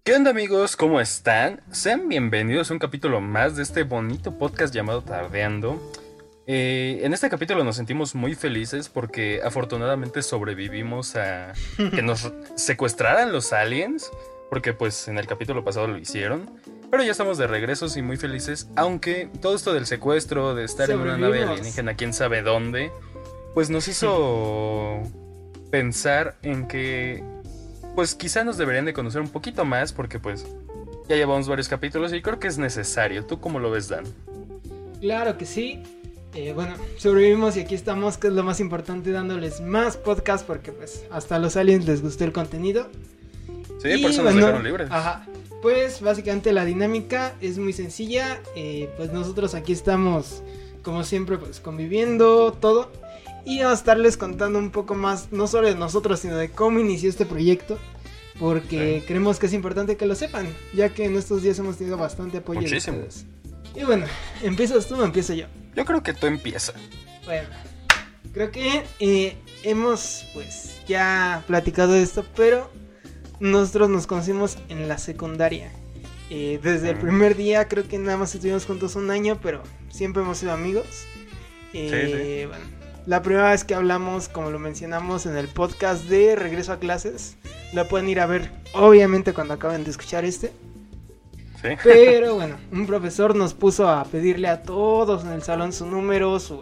¿Qué onda, amigos? ¿Cómo están? Sean bienvenidos a un capítulo más de este bonito podcast llamado Tardeando. En este capítulo nos sentimos muy felices porque afortunadamente sobrevivimos a que nos secuestraran los aliens, porque pues en el capítulo pasado lo hicieron. Pero ya estamos de regresos y muy felices, aunque todo esto del secuestro, de estar en una nave alienígena quién sabe dónde, pues nos hizo pensar en que pues quizá nos deberían de conocer un poquito más, porque pues ya llevamos varios capítulos y creo que es necesario. ¿Tú cómo lo ves, Dan? Claro que sí. Bueno, sobrevivimos y aquí estamos, que es lo más importante, dándoles más podcast porque pues hasta a los aliens les gustó el contenido. Sí, por eso nos dejaron libres. Ajá. Pues básicamente la dinámica es muy sencilla. Pues nosotros aquí estamos como siempre pues conviviendo todo. Y vamos a estarles contando un poco más, no solo de nosotros, sino de cómo inició este proyecto. Porque creemos que es importante que lo sepan, ya que en estos días hemos tenido bastante apoyo de ustedes. Y bueno, ¿empiezas tú o empiezo yo? Yo creo que tú empieza. Bueno, creo que hemos pues ya platicado de esto, pero nosotros nos conocimos en la secundaria. Desde el primer día creo que nada más estuvimos juntos un año, pero siempre hemos sido amigos. Sí. Bueno, la primera vez que hablamos, como lo mencionamos en el podcast de Regreso a Clases, lo pueden ir a ver obviamente cuando acaben de escuchar este. Sí. Pero bueno, un profesor nos puso a pedirle a todos en el salón su número, su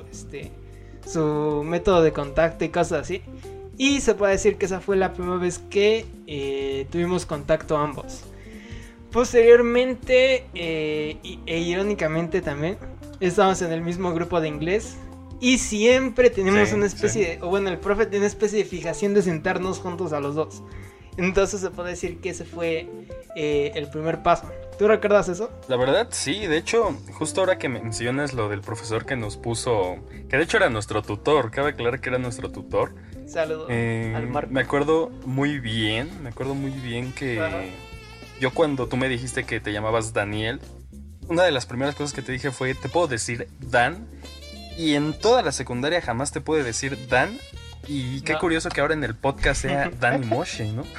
método de contacto y cosas así. Y se puede decir que esa fue la primera vez que tuvimos contacto ambos. Posteriormente, e irónicamente también, estábamos en el mismo grupo de inglés. Y siempre tenemos una especie de... O bueno, el profe tiene una especie de fijación de sentarnos juntos a los dos. Entonces se puede decir que ese fue el primer paso. ¿Tú recuerdas eso? La verdad, sí. De hecho, justo ahora que mencionas lo del profesor que nos puso... Que de hecho era nuestro tutor. Cabe aclarar que era nuestro tutor. Saludos al Marco. Me acuerdo muy bien que... Ajá. Yo cuando tú me dijiste que te llamabas Daniel, una de las primeras cosas que te dije fue, ¿te puedo decir Dan? Y en toda la secundaria jamás te pude decir Dan. Y qué curioso que ahora en el podcast sea Dan y Moshe, ¿no?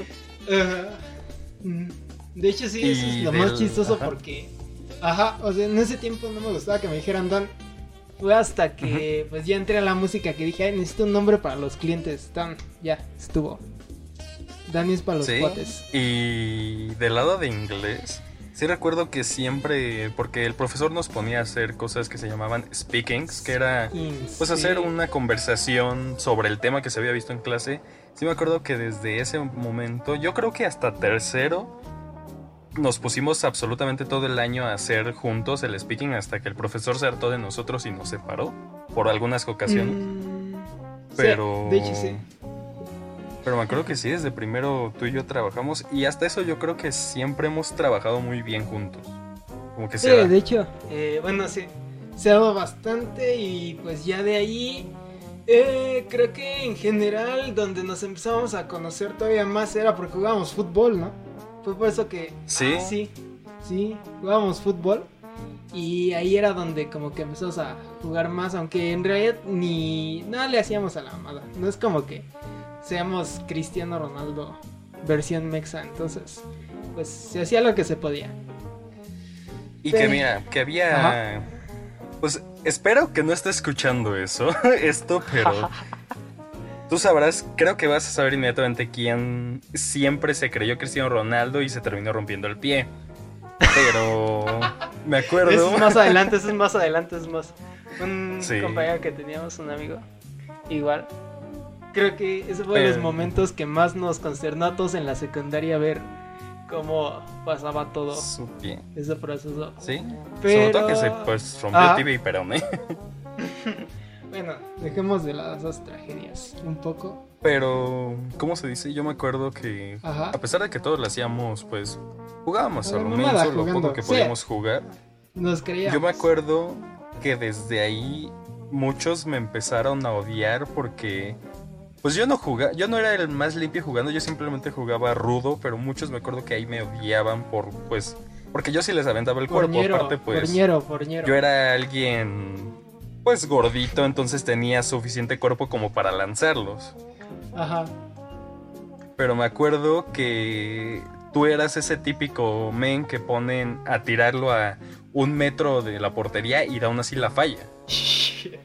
De hecho sí, eso es lo más chistoso porque... Ajá, o sea, en ese tiempo no me gustaba que me dijeran Dan. Fue hasta que pues ya entré a la música que dije, necesito un nombre para los clientes. Dan, ya, estuvo. Dani es para los cuates. Y del lado de inglés... Sí recuerdo que siempre, porque el profesor nos ponía a hacer cosas que se llamaban speakings, que era pues hacer una conversación sobre el tema que se había visto en clase. Sí me acuerdo que desde ese momento, yo creo que hasta tercero, nos pusimos absolutamente todo el año a hacer juntos el speaking hasta que el profesor se hartó de nosotros y nos separó por algunas ocasiones. Pero... Sí, de hecho sí. Pero me acuerdo que sí, desde primero tú y yo trabajamos y hasta eso yo creo que siempre hemos trabajado muy bien juntos. Como que sí, de hecho, bueno, sí, se ha dado bastante y pues ya de ahí, creo que en general donde nos empezamos a conocer todavía más era porque jugábamos fútbol, ¿no? Fue por eso que... Sí. Sí, jugábamos fútbol y ahí era donde como que empezamos a jugar más, aunque en realidad ni nada le hacíamos a la mamada, no es como que... seamos Cristiano Ronaldo versión mexa, entonces pues se hacía lo que se podía. Y que mira, que había... Ajá. Pues espero que no esté escuchando esto, pero tú sabrás, creo que vas a saber inmediatamente quién siempre se creyó Cristiano Ronaldo y se terminó rompiendo el pie. Pero me acuerdo... Eso es más adelante, es más. Un compañero que teníamos, un amigo, igual... Creo que ese fue de los momentos que más nos consternó a todos en la secundaria ver cómo pasaba todo ese proceso. Sí, pero... sobre todo que se pues, rompió tibia y peroné. Bueno, dejemos de las dos tragedias un poco. Pero, ¿cómo se dice? Yo me acuerdo que a pesar de que todos lo hacíamos, pues jugábamos a lo menso, lo poco que podíamos jugar. Nos creíamos. Yo me acuerdo que desde ahí muchos me empezaron a odiar porque... Pues yo no era el más limpio jugando, yo simplemente jugaba rudo, pero muchos me acuerdo que ahí me odiaban porque yo sí les aventaba el cuerpo, aparte pues porñero. Yo era alguien pues gordito, entonces tenía suficiente cuerpo como para lanzarlos. Ajá. Pero me acuerdo que tú eras ese típico men que ponen a tirarlo a 1 metro de la portería y aún así la falla. Sí,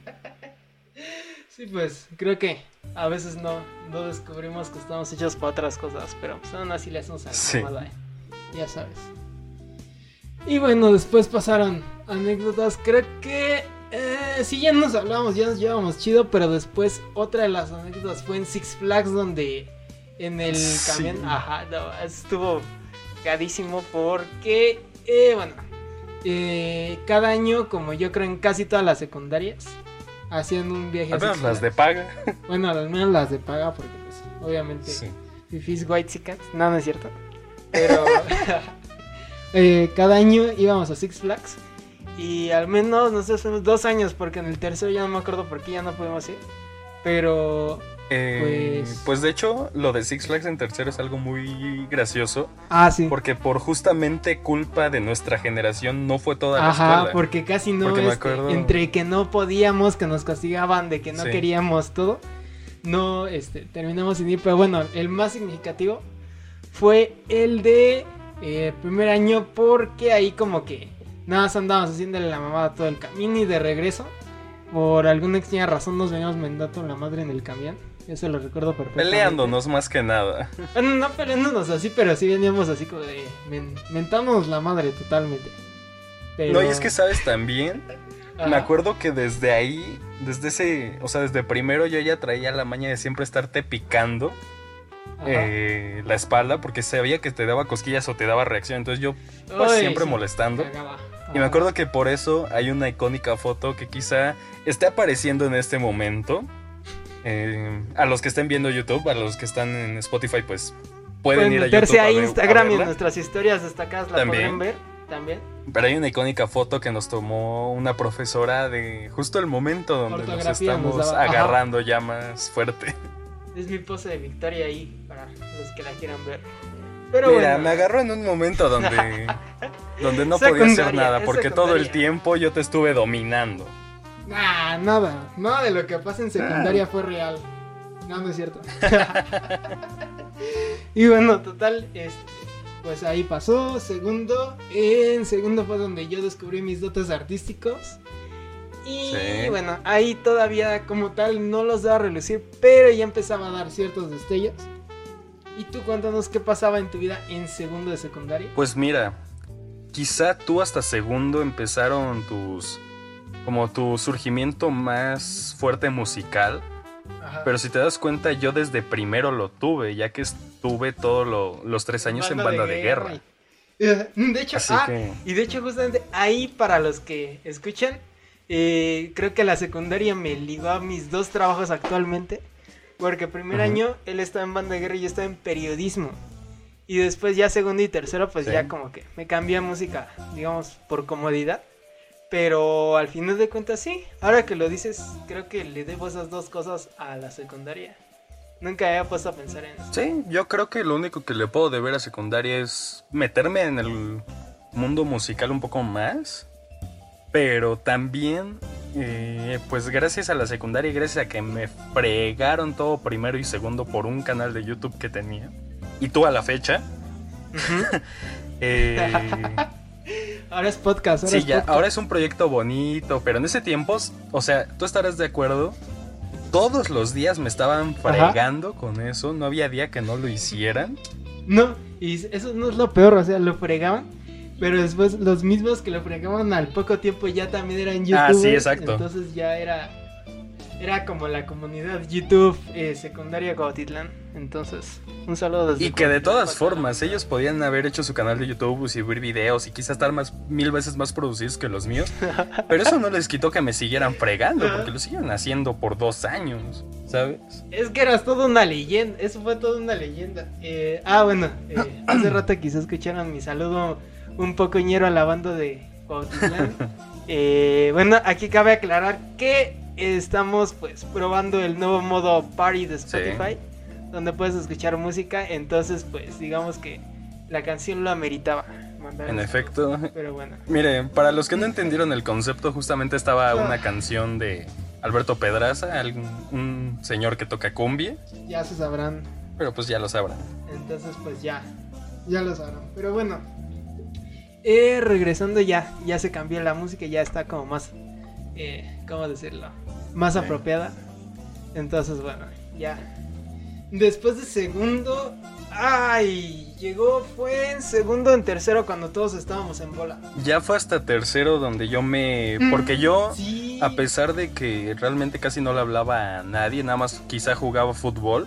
pues creo que a veces no descubrimos que estamos hechos para otras cosas, pero pues aún así le hacemos a la mamada, ya sabes. Y bueno, después pasaron anécdotas, creo que sí, ya nos hablábamos, ya nos llevábamos chido, pero después otra de las anécdotas fue en Six Flags, donde en el camión, estuvo gadísimo porque, bueno, cada año, como yo creo en casi todas las secundarias, hacían un viaje al menos las de paga. Bueno, al menos las de paga, porque pues obviamente fifís whitexicans, no es cierto, pero cada año íbamos a Six Flags. Y al menos nosotros fuimos 2 años, porque en el tercero ya no me acuerdo por qué ya no pudimos ir. Pero pues de hecho lo de Six Flags en tercero es algo muy gracioso. Sí. Porque por justamente culpa de nuestra generación no fue toda la escuela. Ajá, porque casi no, porque me acuerdo... entre que no podíamos, que nos castigaban, de que no queríamos todo, no terminamos sin ir. Pero bueno, el más significativo fue el de primer año, porque ahí como que nada más andábamos haciéndole la mamada todo el camino, y de regreso, por alguna extraña razón, nos veníamos mandando la madre en el camión. Eso lo recuerdo perfectamente. Peleándonos más que nada. Bueno, no peleándonos así, pero sí veníamos así como de mentándonos la madre totalmente. Pero... No, y es que sabes también, me acuerdo que desde ahí, desde primero yo ya traía la maña de siempre estarte picando la espalda, porque sabía que te daba cosquillas o te daba reacción, entonces yo pues siempre molestando. Y me acuerdo que por eso hay una icónica foto que quizá esté apareciendo en este momento. A los que estén viendo YouTube, a los que están en Spotify, pues pueden ir a YouTube. Meterse a Instagram y en nuestras historias destacadas la podrán ver también. Pero hay una icónica foto que nos tomó una profesora de justo el momento donde nos estamos agarrando ya más fuerte. Es mi pose de victoria ahí, para los que la quieran ver. Pero mira, me agarró en un momento donde no podía hacer nada, porque todo el tiempo yo te estuve dominando. Nada de lo que pasa en secundaria fue real. No es cierto. Y bueno, total, pues ahí pasó. En segundo fue donde yo descubrí mis dotes artísticos. Y bueno, ahí todavía como tal no los daba a relucir, pero ya empezaba a dar ciertos destellos. Y tú cuéntanos qué pasaba en tu vida en segundo de secundaria. Pues mira, quizá tú hasta segundo empezaron tu surgimiento más fuerte musical. Ajá. Pero si te das cuenta, yo desde primero lo tuve, ya que estuve todos los 3 años en banda de guerra. De hecho, y de hecho justamente ahí, para los que escuchan, creo que la secundaria me ligó a mis 2 trabajos actualmente. Porque primer año él estaba en banda de guerra y yo estaba en periodismo. Y después ya segundo y tercero pues ya como que me cambié a música, digamos, por comodidad. Pero al final de cuentas sí, ahora que lo dices, creo que le debo esas 2 cosas a la secundaria. Nunca había puesto a pensar en eso. Sí, yo creo que lo único que le puedo deber a secundaria es meterme en el mundo musical un poco más. Pero también, pues gracias a la secundaria y gracias a que me fregaron todo primero y segundo por un canal de YouTube que tenía. Y tú a la fecha. Ahora es podcast. Ahora es un proyecto bonito, pero en ese tiempo, o sea, tú estarás de acuerdo, todos los días me estaban fregando con eso, no había día que no lo hicieran. No, y eso no es lo peor, o sea, lo fregaban, pero después los mismos que lo fregaban al poco tiempo ya también eran youtubers. Sí, exacto. Entonces ya era como la comunidad YouTube secundaria Cuautitlán. Entonces, un saludo desde y que de todas formas, ellos podían haber hecho su canal de YouTube, subir videos y quizás estar 1000 veces más producidos que los míos. Pero eso no les quitó que me siguieran fregando, porque lo siguieron haciendo por 2 años, ¿sabes? Es que eras toda una leyenda, eso fue toda una leyenda. Bueno, hace rato quizás escucharon mi saludo un poco ñero a la banda de Cuautitlán. Bueno, aquí cabe aclarar que estamos pues probando el nuevo modo Party de Spotify, donde puedes escuchar música. Entonces pues digamos que la canción lo ameritaba. En efecto. Pero bueno, miren, para los que no entendieron el concepto, justamente estaba una canción de Alberto Pedraza, un señor que toca cumbia. Ya se sabrán. Pero pues ya lo sabrán. Entonces pues ya Ya lo sabrán. Pero bueno, regresando ya se cambió la música, ya está como más, ¿cómo decirlo? Más apropiada. Entonces, bueno, ya. Después de segundo, fue en segundo, en tercero cuando todos estábamos en bola. Ya fue hasta tercero donde yo porque yo, sí. a pesar de que realmente casi no le hablaba a nadie, nada más quizá jugaba fútbol,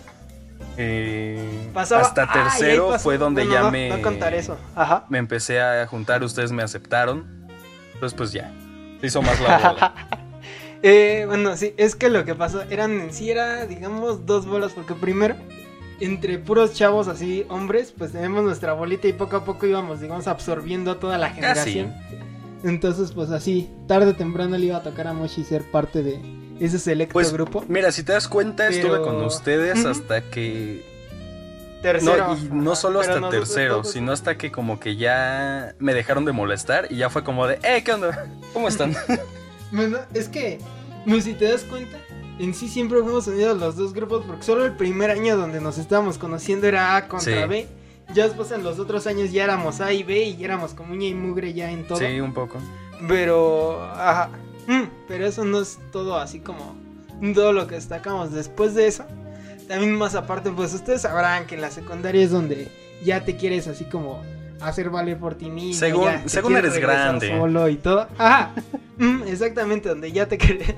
hasta tercero fue donde no contar eso. Ajá. Me empecé a juntar, ustedes me aceptaron. Entonces pues ya, se hizo más la bola. Bueno, sí, es que lo que pasó era, digamos, 2 bolas, porque primero, entre puros chavos así, hombres, pues tenemos nuestra bolita y poco a poco íbamos, digamos, absorbiendo a toda la generación. Entonces, pues así, tarde o temprano le iba a tocar a Moshi ser parte de ese selecto grupo. Mira, si te das cuenta, estuve con ustedes hasta que... Tercero. No solo hasta tercero, sino hasta que como que ya me dejaron de molestar y ya fue como de, ¿qué onda? ¿Cómo están? Bueno, es que, si te das cuenta, en sí siempre fuimos unidos los 2 grupos, porque solo el primer año donde nos estábamos conociendo era A contra B. Ya después en los otros años ya éramos A y B y ya éramos como uña y mugre ya en todo. Sí, un poco. Pero, pero eso no es todo así como todo lo que destacamos. Después de eso, también más aparte, pues ustedes sabrán que en la secundaria es donde ya te quieres así como hacer valer por ti mismo. Según eres grande. Solo y todo. Exactamente, donde ya te quieres.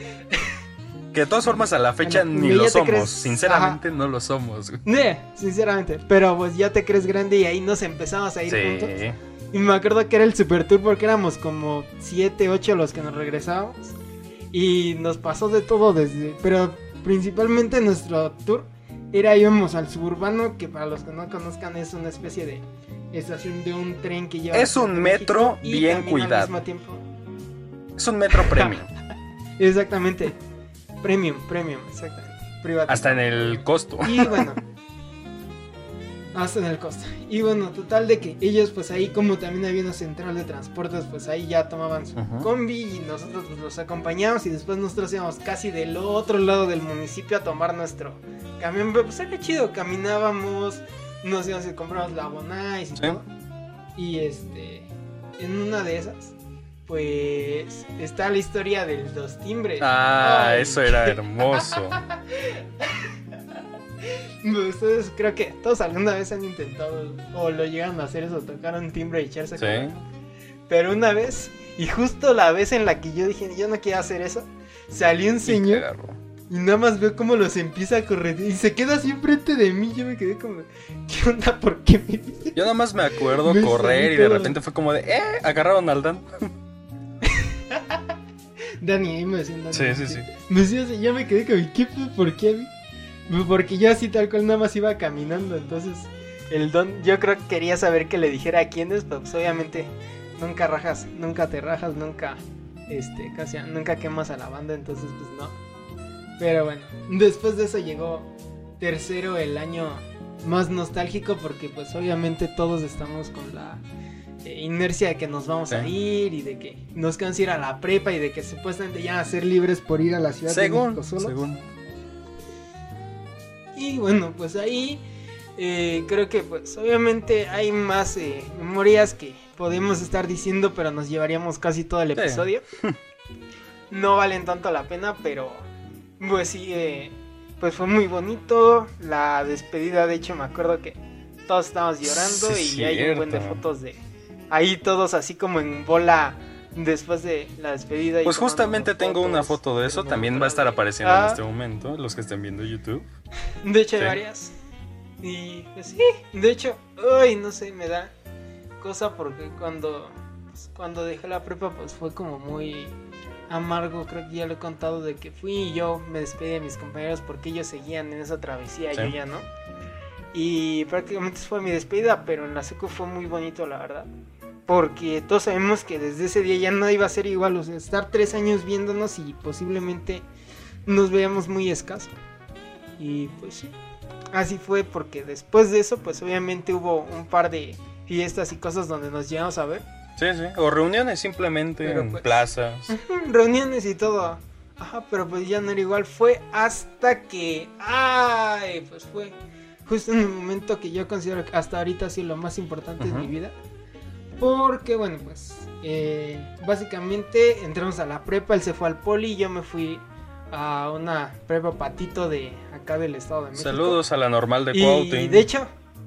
Que de todas formas a la fecha ni lo somos. Sinceramente no lo somos. Sinceramente. Pero pues ya te crees grande y ahí nos empezamos a ir juntos. Y me acuerdo que era el super tour porque éramos como 7, 8 los que nos regresábamos. Y nos pasó de todo pero principalmente nuestro tour íbamos al suburbano, que para los que no conozcan es una especie de estación de un tren que lleva... Es un metro bien cuidado. Al mismo tiempo. Es un metro premium. Exactamente. Premium, exactamente. Privado. Hasta en el costo. Y bueno, hasta en el costo. Y bueno, total de que ellos pues ahí, como también había una central de transportes, pues ahí ya tomaban su combi y nosotros pues los acompañamos y después nosotros íbamos casi del otro lado del municipio a tomar nuestro camión. Pero pues era chido, caminábamos, nos íbamos y compramos la Bonais y todo. Y en una de esas, pues está la historia de los timbres. Eso era hermoso. Ustedes creo que todos alguna vez han intentado o lo llegan a hacer eso, tocar un timbre y echarse. Sí. Pero una vez, y justo la vez en la que yo dije, yo no quiero hacer eso, salió un señor y nada más veo cómo los empieza a correr y se queda así enfrente de mí. Yo me quedé como, ¿qué onda? ¿Por qué me dice? Yo nada más me acuerdo correr y de repente fue como de, agarraron al Dan. Dani, ahí me decían Dani. Sí. Me decía así, ya me quedé como, ¿qué? ¿Por qué a mí? Porque yo así tal cual nada más iba caminando. Entonces el Don, yo creo que quería saber que le dijera a quiénes, pero pues obviamente nunca te rajas, nunca nunca quemas a la banda, entonces pues no. Pero bueno, después de eso llegó tercero, el año más nostálgico, porque pues obviamente todos estamos con la inercia de que nos vamos a ir y de que nos queremos ir a la prepa y de que supuestamente ya van a ser libres por ir a la Ciudad de México solos. Y bueno, pues ahí creo que pues obviamente hay más memorias que podemos estar diciendo, pero nos llevaríamos casi todo el episodio. No valen tanto la pena, pero pues sí, pues fue muy bonito la despedida. De hecho me acuerdo que todos estábamos llorando y hay un buen de fotos de ahí todos así como en bola después de la despedida. Pues justamente tengo una foto de eso, también va a estar apareciendo en este momento, los que estén viendo YouTube. De hecho hay varias. Y pues sí, de hecho, no sé, me da cosa porque cuando dejé la prepa pues fue como muy amargo. Creo que ya lo he contado de que fui y yo me despedí de mis compañeros porque ellos seguían en esa travesía, yo ya no. Y prácticamente fue mi despedida, pero en la secu fue muy bonito, la verdad. Porque todos sabemos que desde ese día ya no iba a ser igual. O sea, estar 3 años viéndonos y posiblemente nos veíamos muy escaso. Y pues sí, así fue, porque después de eso pues obviamente hubo un par de fiestas y cosas donde nos llegamos a ver. Sí, o reuniones simplemente, pero en pues, plazas. Reuniones y todo. Ajá, pero pues ya no era igual. Fue hasta que... pues fue justo en un momento que yo considero que hasta ahorita ha sido lo más importante de mi vida. Porque, bueno, pues, básicamente entramos a la prepa, él se fue al poli y yo me fui a una prepa patito de acá del Estado de México. Saludos a la normal de Cuautla. Y de hecho,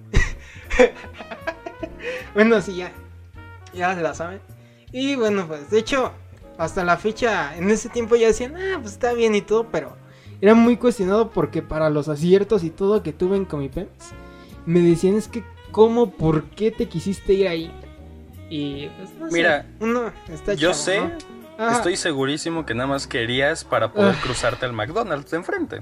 bueno, sí, ya se la saben. Y bueno, pues, de hecho, hasta la fecha, en ese tiempo ya decían, pues está bien y todo, pero era muy cuestionado porque para los aciertos y todo que tuve en Comipems, me decían, es que, ¿cómo, por qué te quisiste ir ahí? Y pues no Mira, sé, uno está yo chavo, sé, ¿no? estoy segurísimo que nada más querías para poder cruzarte al McDonald's de enfrente.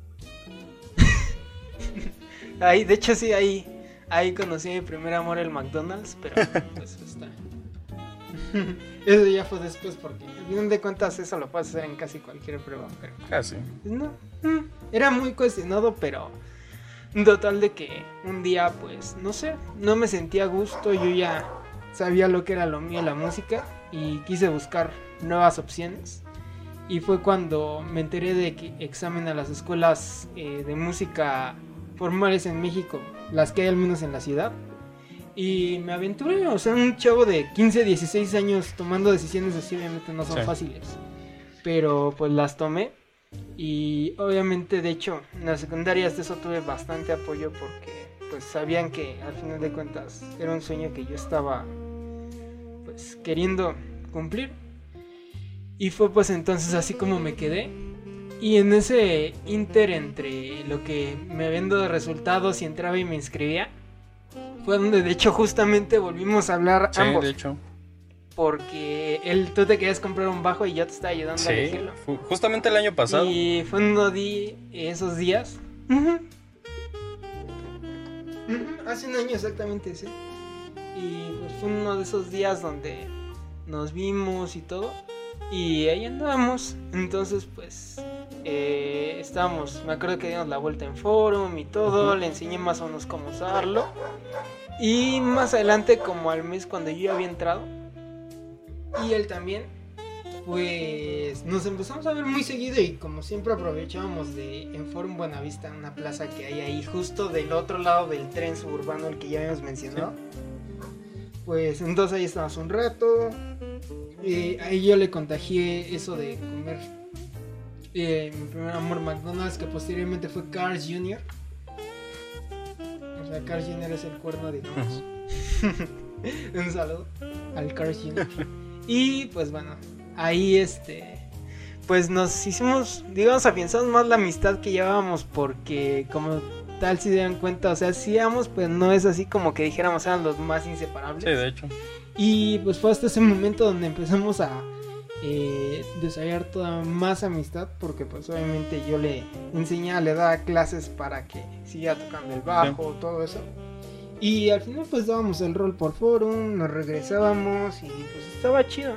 Ahí, de hecho sí, ahí conocí a mi primer amor, el McDonald's, pero pues está. Eso ya fue después porque al final de cuentas eso lo puedes hacer en casi cualquier prueba, pero Casi. pues no, era muy cuestionado, pero total de que un día pues no sé, no me sentía a gusto, yo ya sabía lo que era lo mío, la música, y quise buscar nuevas opciones. Y fue cuando me enteré de que examen a las escuelas de música formales en México, las que hay al menos en la ciudad. Y me aventuré, o sea, un chavo de 15, 16 años tomando decisiones así obviamente no son fáciles. Pero pues las tomé. Y obviamente, de hecho, en la secundaria hasta eso tuve bastante apoyo porque pues sabían que al final de cuentas era un sueño que yo estaba pues queriendo cumplir. Y fue pues entonces así como me quedé. Y en ese inter entre lo que me habían dado de resultados y entraba y me inscribía, fue donde de hecho justamente volvimos a hablar ambos. Sí, de hecho. Porque tú te querías comprar un bajo y yo te estaba ayudando a elegirlo. Justamente el año pasado. Y fue uno de esos días. Hace un año exactamente, sí. Y pues fue uno de esos días donde nos vimos y todo. Y ahí andábamos. Entonces pues estábamos, me acuerdo que dimos la vuelta en forum y todo. Le enseñé más o menos cómo usarlo. Y más adelante, como al mes cuando yo ya había entrado, y él también, pues nos empezamos a ver muy seguido. Y como siempre aprovechábamos de en Forum Buenavista, una plaza que hay ahí justo del otro lado del tren suburbano, el que ya habíamos mencionado. Pues entonces ahí estábamos un rato. Ahí yo le contagié eso de comer mi primer amor, McDonald's, que posteriormente fue Carl's Jr. O sea, Carl's Jr. es el cuerno, digamos. Un saludo al Carl's Jr. Y pues bueno, ahí pues nos hicimos, digamos, afianzamos más la amistad que llevábamos, porque como tal, si se dan cuenta, o sea, sí éramos, pues no es así como que dijéramos eran los más inseparables. Sí, de hecho. Y pues fue hasta ese momento donde empezamos a desarrollar toda más amistad, porque pues obviamente yo le enseñaba, le daba clases para que siga tocando el bajo, todo eso. Y al final pues dábamos el rol por forum, nos regresábamos y pues estaba chido.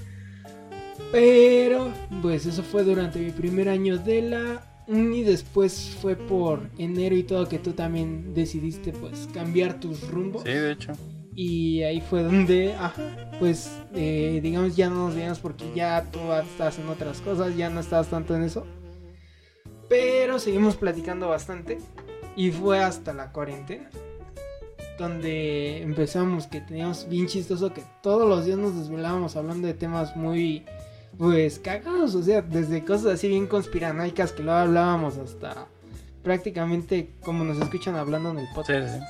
Pero pues eso fue durante mi primer año de la uni. Después fue por enero y todo que tú también decidiste pues cambiar tus rumbos. Sí, de hecho. Y ahí fue donde, pues digamos ya no nos veíamos porque ya tú estás en otras cosas, ya no estabas tanto en eso. Pero seguimos platicando bastante. Y fue hasta la cuarentena donde empezamos, que teníamos bien chistoso que todos los días nos desvelábamos hablando de temas muy, pues, cagados. O sea, desde cosas así bien conspiranoicas que luego hablábamos hasta prácticamente como nos escuchan hablando en el podcast. Sí.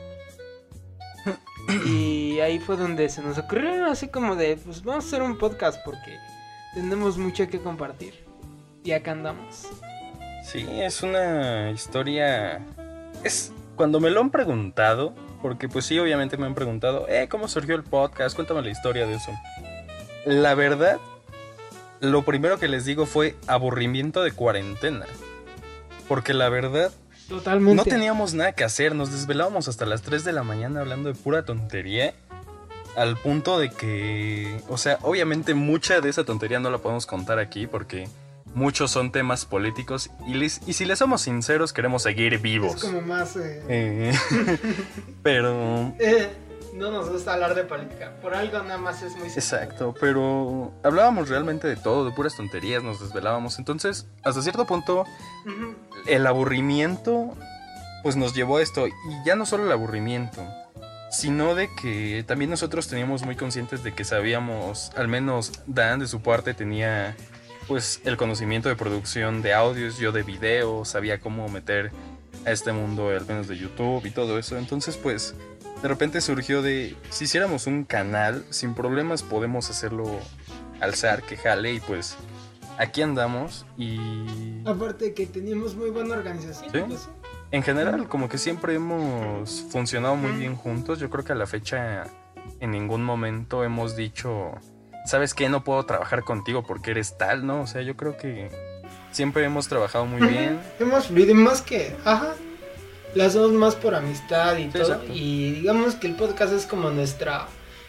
Y ahí fue donde se nos ocurrió así como de, pues vamos a hacer un podcast porque tenemos mucho que compartir. Y acá andamos. Sí, es una historia... Cuando me lo han preguntado, porque pues sí, obviamente me han preguntado, ¿cómo surgió el podcast? Cuéntame la historia de eso. La verdad, lo primero que les digo fue aburrimiento de cuarentena. Porque la verdad... Totalmente. No teníamos nada que hacer, nos desvelábamos hasta las 3 de la mañana hablando de pura tontería. Al punto de que, o sea, obviamente mucha de esa tontería no la podemos contar aquí porque muchos son temas políticos y si les somos sinceros queremos seguir vivos. Es como más... Pero... no nos gusta hablar de política, por algo nada más es muy... Exacto, pero hablábamos realmente de todo, de puras tonterías, nos desvelábamos. Entonces, hasta cierto punto, el aburrimiento pues nos llevó a esto. Y ya no solo el aburrimiento, sino de que también nosotros teníamos muy conscientes de que sabíamos, al menos Dan de su parte tenía pues el conocimiento de producción de audios, yo de videos, sabía cómo meter a este mundo al menos de YouTube y todo eso. Entonces pues de repente surgió de, si hiciéramos un canal, sin problemas podemos hacerlo alzar, que jale, y pues aquí andamos. Y aparte que teníamos muy buena organización. ¿sí? Pues, En general, como que siempre hemos funcionado muy bien juntos. Yo creo que a la fecha en ningún momento hemos dicho, ¿sabes qué? No puedo trabajar contigo porque eres tal, ¿no? O sea, yo creo que siempre hemos trabajado muy bien. Hemos fluido y más que, lo hacemos más por amistad y Sí, todo. exacto. Y digamos que el podcast es como nuestra,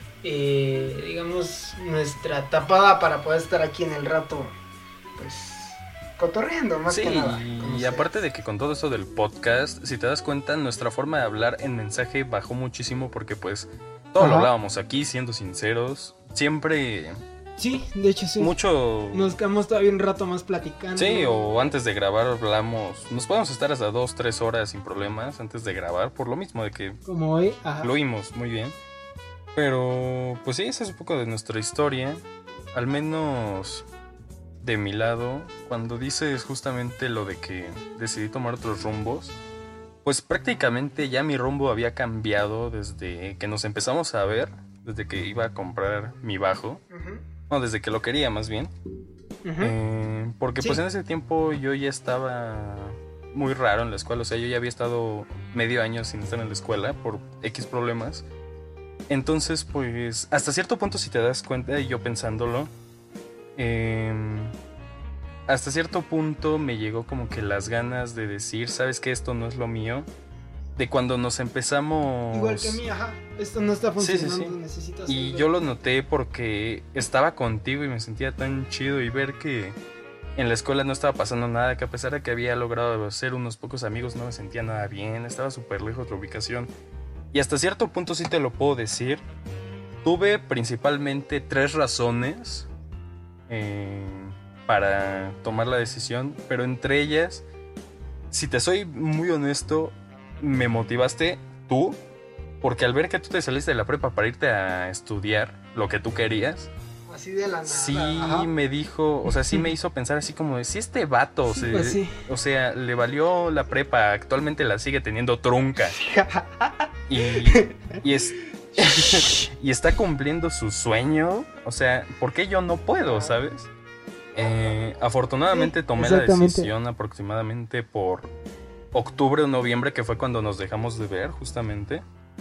nuestra tapada para poder estar aquí en el rato, pues, cotorreando más Sí, que nada. y aparte de que con todo eso del podcast, si te das cuenta, nuestra forma de hablar en mensaje bajó muchísimo porque pues todo lo hablábamos aquí, siendo sinceros. Siempre Sí, de hecho sí. mucho... Nos quedamos todavía un rato más platicando. Sí, o antes de grabar hablamos, nos podemos estar hasta 2-3 horas sin problemas antes de grabar, por lo mismo de que Como hoy, fluimos muy bien. Pero pues sí, esa es un poco de nuestra historia, al menos de mi lado. Cuando dices justamente lo de que decidí tomar otros rumbos, pues prácticamente ya mi rumbo había cambiado desde que nos empezamos a ver, desde que iba a comprar mi bajo, no, desde que lo quería más bien. Porque Sí. pues en ese tiempo yo ya estaba muy raro en la escuela, o sea, yo ya había estado medio año sin estar en la escuela por X problemas. Entonces pues hasta cierto punto, si te das cuenta, y yo pensándolo, hasta cierto punto me llegó como que las ganas de decir, ¿sabes qué? Esto no es lo mío. De cuando nos empezamos... Igual que a mí, esto no está Sí, sí, funcionando, sí. necesitas Y algo. yo lo noté porque estaba contigo y me sentía tan chido, y ver que en la escuela no estaba pasando nada, que a pesar de que había logrado hacer unos pocos amigos, no me sentía nada bien, estaba súper lejos de la ubicación. Y hasta cierto punto sí te lo puedo decir, tuve principalmente 3 razones para tomar la decisión, pero entre ellas, si te soy muy honesto, me motivaste tú, porque al ver que tú te saliste de la prepa para irte a estudiar lo que tú querías, Así de la nada. sí me dijo, o sea, sí me hizo pensar así como de, si este vato, Sí, pues sí. o sea, le valió la prepa, actualmente la sigue teniendo trunca, y es y está cumpliendo su sueño, o sea, ¿por qué yo no puedo, sabes? Afortunadamente tomé la decisión aproximadamente por octubre o noviembre, que fue cuando nos dejamos de ver justamente.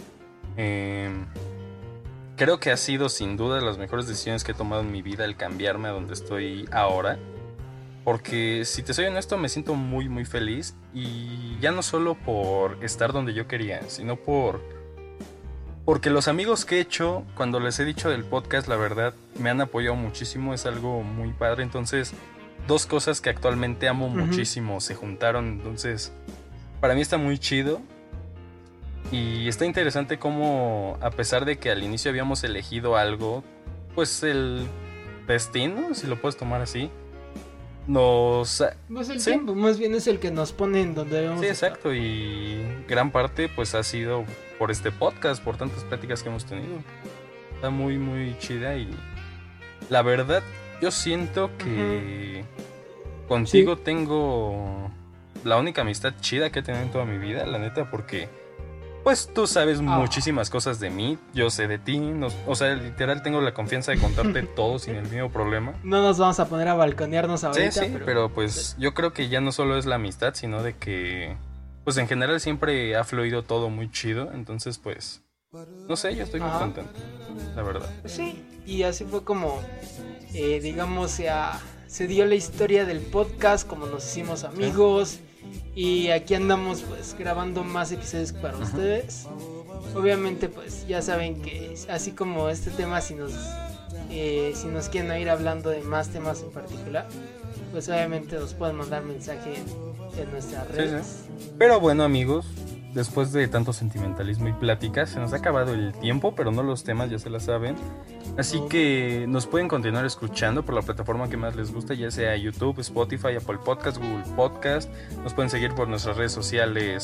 Creo que ha sido sin duda de las mejores decisiones que he tomado en mi vida el cambiarme a donde estoy ahora, porque si te soy honesto me siento muy muy feliz, y ya no solo por estar donde yo quería, sino porque los amigos que he hecho, cuando les he dicho del podcast, la verdad me han apoyado muchísimo, es algo muy padre. Entonces 2 cosas que actualmente amo muchísimo se juntaron, entonces para mí está muy chido. Y está interesante cómo, a pesar de que al inicio habíamos elegido algo, pues el destino, si lo puedes tomar así, nos... Pues el sí, tiempo, más bien es el que nos pone en donde debemos sí, estar. exacto, y gran parte pues ha sido por este podcast, por tantas pláticas que hemos tenido. Está muy muy chida, y la verdad yo siento que contigo tengo la única amistad chida que he tenido en toda mi vida, la neta, porque pues tú sabes muchísimas cosas de mí, yo sé de ti, o sea, literal tengo la confianza de contarte todo sin el mínimo problema. No nos vamos a poner a balconearnos ahorita. Sí, pero pues yo creo que ya no solo es la amistad, sino de que pues en general siempre ha fluido todo muy chido, entonces pues no sé, yo estoy muy contento, la verdad. Sí, y así fue como digamos se dio la historia del podcast, como nos hicimos amigos. Y aquí andamos pues grabando más episodios para ustedes. Obviamente pues ya saben que así como este tema, si nos quieren oír hablando de más temas en particular, pues obviamente nos pueden mandar mensaje en nuestras redes. Sí. Pero bueno, amigos, después de tanto sentimentalismo y plática, se nos ha acabado el tiempo, pero no los temas, ya se la saben. Así que nos pueden continuar escuchando por la plataforma que más les gusta, ya sea YouTube, Spotify, Apple Podcast, Google Podcast. Nos pueden seguir por nuestras redes sociales,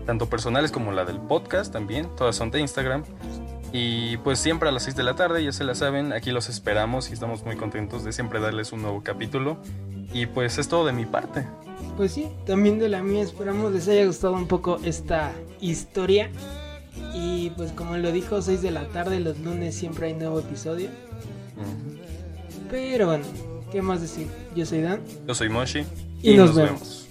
tanto personales como la del podcast también, todas son de Instagram. Y pues siempre a las 6 de la tarde, ya se la saben, aquí los esperamos y estamos muy contentos de siempre darles un nuevo capítulo. Y pues es todo de mi parte. Pues sí, también de la mía, esperamos les haya gustado un poco esta historia. Y pues como lo dijo, 6 de la tarde, los lunes siempre hay nuevo episodio. Pero bueno, ¿qué más decir? Yo soy Dan. Yo soy Moshi y nos vemos.